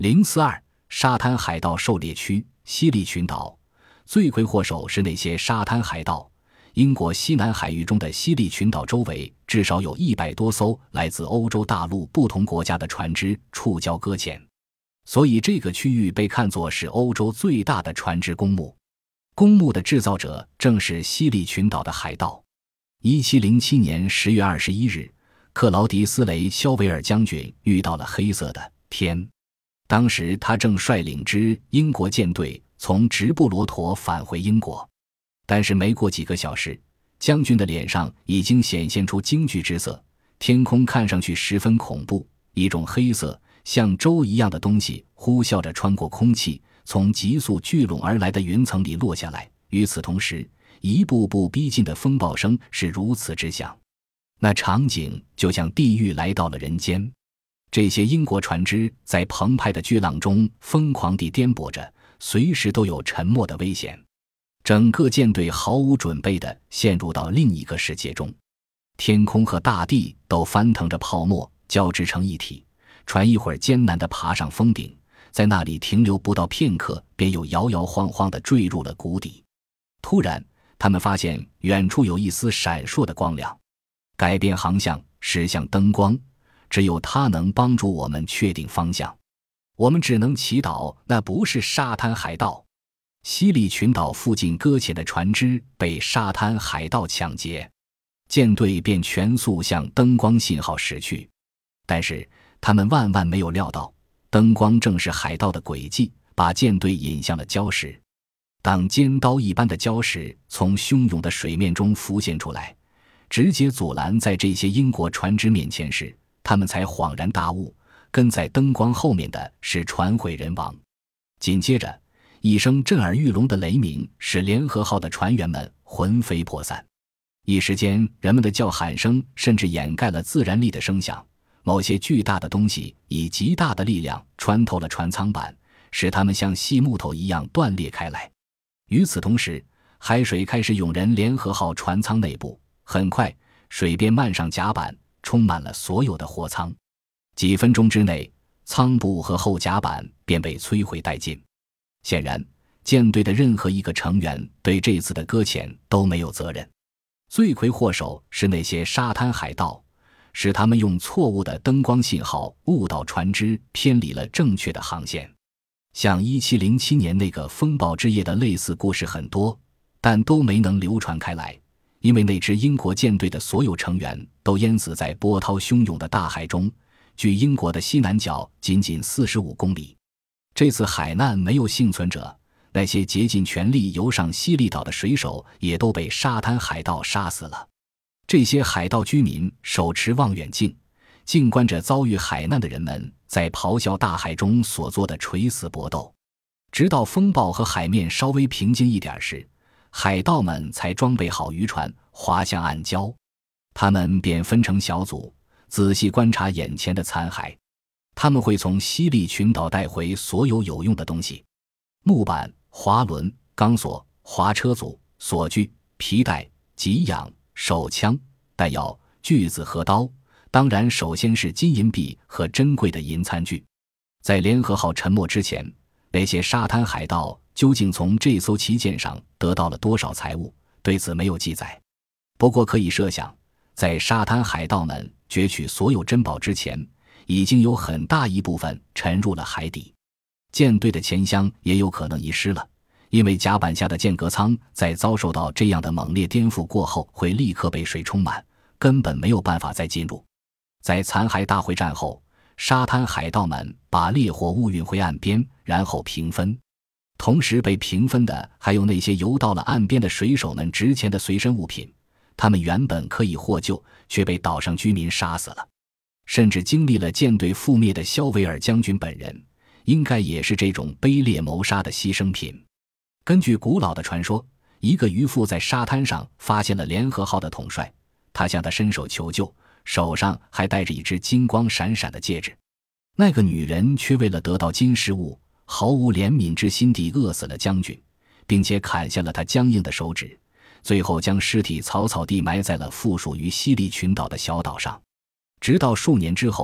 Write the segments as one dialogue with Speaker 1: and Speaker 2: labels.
Speaker 1: 042沙滩海盗狩猎区西利群岛，罪魁祸首是那些沙滩海盗。英国西南海域中的西利群岛周围至少有100多艘来自欧洲大陆不同国家的船只触礁搁浅，所以这个区域被看作是欧洲最大的船只公墓。公墓的制造者正是西利群岛的海盗。1707年10月21日，克劳迪斯·雷肖维尔将军遇到了黑色的天，当时他正率领支英国舰队从直布罗陀返回英国，但是没过几个小时，将军的脸上已经显现出惊惧之色，天空看上去十分恐怖，一种黑色像舟一样的东西呼啸着穿过空气，从急速聚拢而来的云层里落下来。与此同时，一步步逼近的风暴声是如此之响，那场景就像地狱来到了人间。这些英国船只在澎湃的巨浪中疯狂地颠簸着，随时都有沉没的危险。整个舰队毫无准备地陷入到另一个世界中，天空和大地都翻腾着泡沫，交织成一体。船一会儿艰难地爬上峰顶，在那里停留不到片刻，便又摇摇晃晃地坠入了谷底。突然，他们发现远处有一丝闪烁的光亮，改变航向，驶向灯光，只有它能帮助我们确定方向。我们只能祈祷那不是沙滩海盗。西利群岛附近搁浅的船只被沙滩海盗抢劫，舰队便全速向灯光信号驶去。但是他们万万没有料到，灯光正是海盗的诡计，把舰队引向了礁石。当尖刀一般的礁石从汹涌的水面中浮现出来，直接阻拦在这些英国船只面前时，他们才恍然大悟，跟在灯光后面的是船毁人亡。紧接着，一声震耳欲聋的雷鸣使联合号的船员们魂飞魄散，一时间人们的叫喊声甚至掩盖了自然力的声响。某些巨大的东西以极大的力量穿透了船舱板，使它们像细木头一样断裂开来。与此同时，海水开始涌人联合号船舱内部，很快水便漫上甲板，充满了所有的货舱。几分钟之内，舱部和后甲板便被摧毁殆尽。显然，舰队的任何一个成员对这次的搁浅都没有责任，罪魁祸首是那些沙滩海盗，使他们用错误的灯光信号误导船只偏离了正确的航线。像1707年那个风暴之夜的类似故事很多，但都没能流传开来，因为那支英国舰队的所有成员都淹死在波涛汹涌的大海中，距英国的西南角仅仅45公里。这次海难没有幸存者，那些竭尽全力游上西利岛的水手也都被沙滩海盗杀死了。这些海盗居民手持望远镜，静观着遭遇海难的人们在咆哮大海中所做的垂死搏斗。直到风暴和海面稍微平静一点时，海盗们才装备好渔船划向暗礁。他们便分成小组，仔细观察眼前的残骸。他们会从西利群岛带回所有有用的东西：木板、滑轮、钢索、滑车组、锁具、皮带、给养、手枪、弹药、锯子和刀，当然首先是金银币和珍贵的银餐具。在联合号沉没之前，那些沙滩海盗究竟从这艘旗舰上得到了多少财物，对此没有记载。不过可以设想，在沙滩海盗们攫取所有珍宝之前，已经有很大一部分沉入了海底。舰队的钱箱也有可能遗失了，因为甲板下的间隔舱在遭受到这样的猛烈颠覆过后会立刻被水充满，根本没有办法再进入。在残骸大会战后，沙滩海盗们把猎获物运回岸边，然后平分。同时被平分的还有那些游到了岸边的水手们值钱的随身物品，他们原本可以获救，却被岛上居民杀死了。甚至经历了舰队覆灭的肖维尔将军本人，应该也是这种卑劣谋杀的牺牲品。根据古老的传说，一个渔夫在沙滩上发现了联合号的统帅，他向他伸手求救，手上还戴着一只金光闪闪的戒指。那个女人却为了得到金饰物，毫无怜悯之心地饿死了将军，并且砍下了他僵硬的手指，最后将尸体草草地埋在了附属于西利群岛的小岛上。直到数年之后，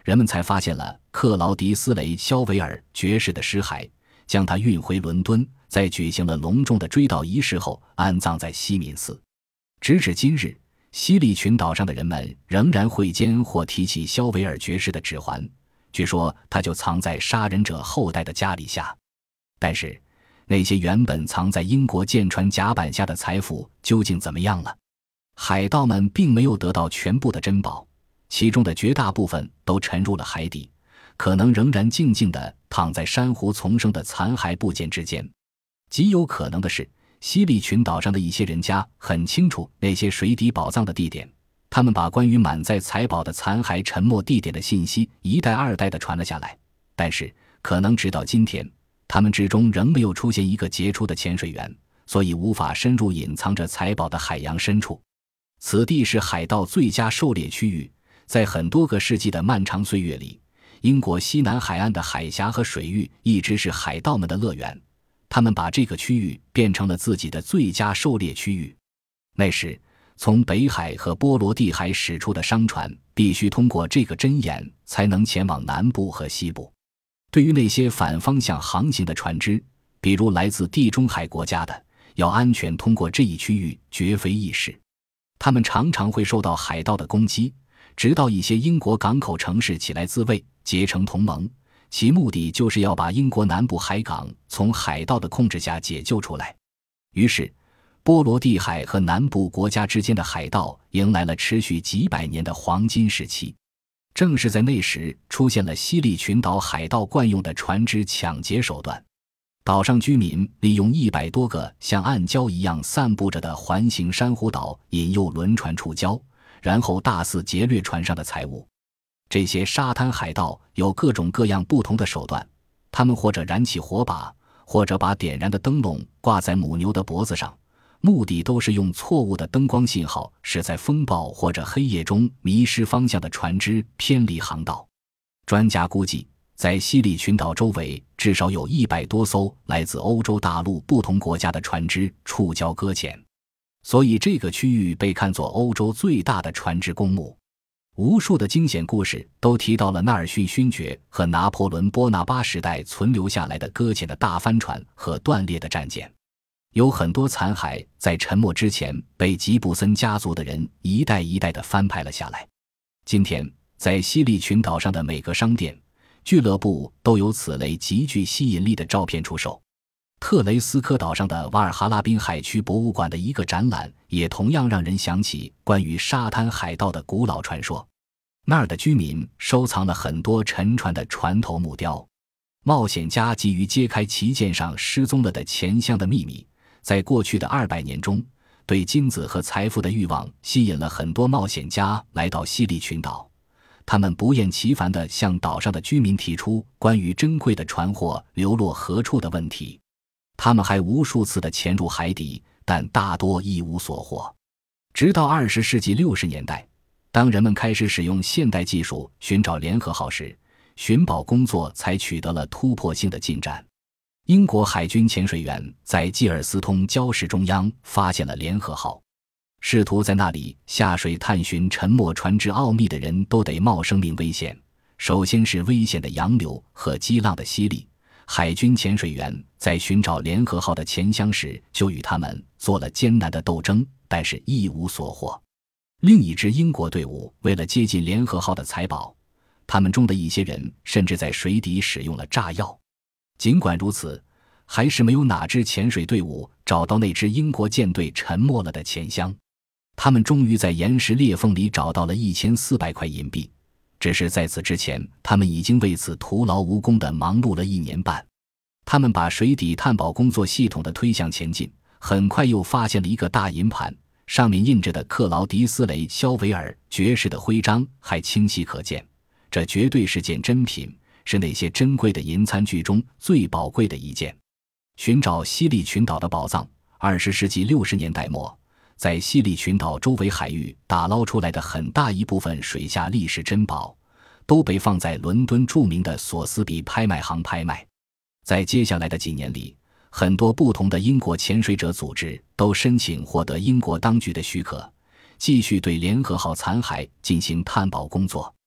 Speaker 1: 人们才发现了克劳迪斯雷肖维尔爵士的尸骸，将他运回伦敦，在举行了隆重的追悼仪式后安葬在西敏寺。直至今日，西利群岛上的人们仍然会见或提起肖维尔爵士的指环，据说他就藏在杀人者后代的家里下。但是那些原本藏在英国舰船甲板下的财富究竟怎么样了？海盗们并没有得到全部的珍宝，其中的绝大部分都沉入了海底，可能仍然静静地躺在珊瑚丛生的残骸部件之间。极有可能的是，西利群岛上的一些人家很清楚那些水底宝藏的地点，他们把关于满载财宝的残骸沉没地点的信息一代二代地传了下来，但是可能直到今天，他们之中仍没有出现一个杰出的潜水员，所以无法深入隐藏着财宝的海洋深处。此地是海盗最佳狩猎区域，在很多个世纪的漫长岁月里，英国西南海岸的海峡和水域一直是海盗们的乐园，他们把这个区域变成了自己的最佳狩猎区域。那时，从北海和波罗的海驶出的商船必须通过这个针眼才能前往南部和西部。对于那些反方向航行的船只，比如来自地中海国家的，要安全通过这一区域绝非易事。他们常常会受到海盗的攻击，直到一些英国港口城市起来自卫，结成同盟，其目的就是要把英国南部海港从海盗的控制下解救出来。于是波罗的海和南部国家之间的海盗迎来了持续几百年的黄金时期。正是在那时，出现了西利群岛海盗惯用的船只抢劫手段。岛上居民利用100多个像暗礁一样散布着的环形珊瑚岛引诱轮船触礁，然后大肆劫掠船上的财物。这些沙滩海盗有各种各样不同的手段，他们或者燃起火把，或者把点燃的灯笼挂在母牛的脖子上，目的都是用错误的灯光信号使在风暴或者黑夜中迷失方向的船只偏离航道。专家估计，在西利群岛周围至少有100多艘来自欧洲大陆不同国家的船只触礁搁浅，所以这个区域被看作欧洲最大的船只公墓。无数的惊险故事都提到了纳尔逊勋爵和拿破仑波拿巴时代存留下来的搁浅的大帆船和断裂的战舰。有很多残骸在沉没之前被吉布森家族的人一代一代地翻拍了下来。今天，在西利群岛上的每个商店、俱乐部都有此类极具吸引力的照片出售。特雷斯科岛上的瓦尔哈拉滨海区博物馆的一个展览也同样让人想起关于沙滩海盗的古老传说。那儿的居民收藏了很多沉船的船头木雕。冒险家急于揭开旗舰上失踪了的钱箱的秘密，在过去的200年中，对金子和财富的欲望吸引了很多冒险家来到西利群岛。他们不厌其烦地向岛上的居民提出关于珍贵的船货流落何处的问题。他们还无数次地潜入海底，但大多一无所获。直到20世纪60年代，当人们开始使用现代技术寻找联合号时，寻宝工作才取得了突破性的进展。英国海军潜水员在基尔斯通礁石中央发现了联合号。试图在那里下水探寻沉没船只奥秘的人都得冒生命危险，首先是危险的洋流和激浪的洗礼。海军潜水员在寻找联合号的钱箱时就与他们做了艰难的斗争，但是一无所获。另一支英国队伍为了接近联合号的财宝，他们中的一些人甚至在水底使用了炸药。尽管如此，还是没有哪支潜水队伍找到那支英国舰队沉没了的钱箱。他们终于在岩石裂缝里找到了1400块银币，只是在此之前，他们已经为此徒劳无功地忙碌了1年半。他们把水底探宝工作系统地推向前进，很快又发现了一个大银盘，上面印着的克劳迪斯雷肖维尔爵士的徽章还清晰可见。这绝对是件珍品，是那些珍贵的银餐具中最宝贵的一件。寻找西利群岛的宝藏，20世纪60年代末，在西利群岛周围海域打捞出来的很大一部分水下历史珍宝，都被放在伦敦著名的索斯比拍卖行拍卖。在接下来的几年里，很多不同的英国潜水者组织都申请获得英国当局的许可，继续对联合号残骸进行探宝工作。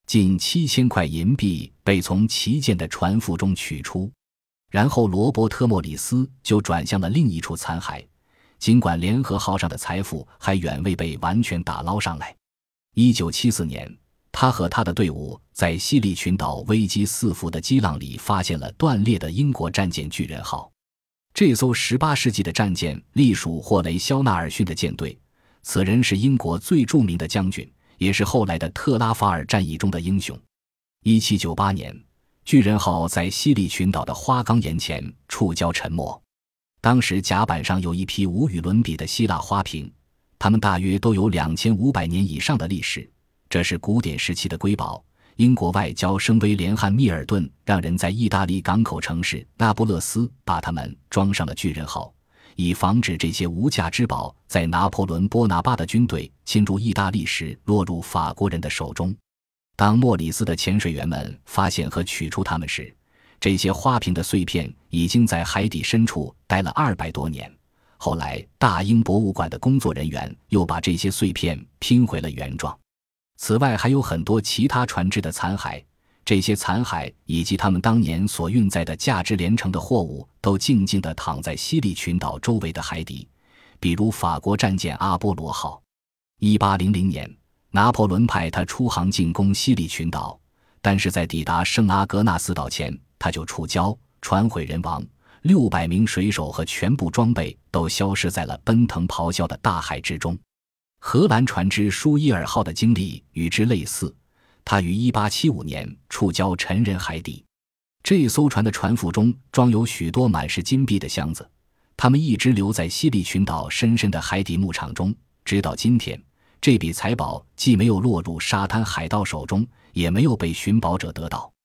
Speaker 1: 近7000块银币被从旗舰的船副中取出。然后罗伯特·莫里斯就转向了另一处残骸，尽管联合号上的财富还远未被完全打捞上来。1974年，他和他的队伍在西里群岛危机四伏的激浪里发现了断裂的英国战舰巨人号。这艘18世纪的战舰隶属霍雷·肖纳尔逊的舰队，此人是英国最著名的将军，也是后来的特拉法尔战役中的英雄。1798年，巨人号在西里群岛的花岗岩前触礁沉没。当时甲板上有一批无与伦比的希腊花瓶，它们大约都有2500年以上的历史，这是古典时期的瑰宝。英国外交生威廉·汉密尔顿让人在意大利港口城市那不勒斯把它们装上了巨人号，以防止这些无价之宝在拿破仑·波拿巴的军队侵入意大利时落入法国人的手中。当莫里斯的潜水员们发现和取出它们时，这些花瓶的碎片已经在海底深处待了200多年。后来大英博物馆的工作人员又把这些碎片拼回了原状。此外还有很多其他船只的残骸，这些残骸以及他们当年所运载的价值连城的货物都静静地躺在西里群岛周围的海底，比如法国战舰阿波罗号。1800年，拿破仑派他出航进攻西里群岛，但是在抵达圣阿格纳斯岛前他就触礁，船毁人亡，600名水手和全部装备都消失在了奔腾咆哮的大海之中。荷兰船只舒伊尔号的经历与之类似，它于1875年触礁沉人海底。这艘船的船腹中装有许多满是金币的箱子，它们一直留在西里群岛深深的海底牧场中，直到今天，这笔财宝既没有落入沙滩海盗手中，也没有被寻宝者得到。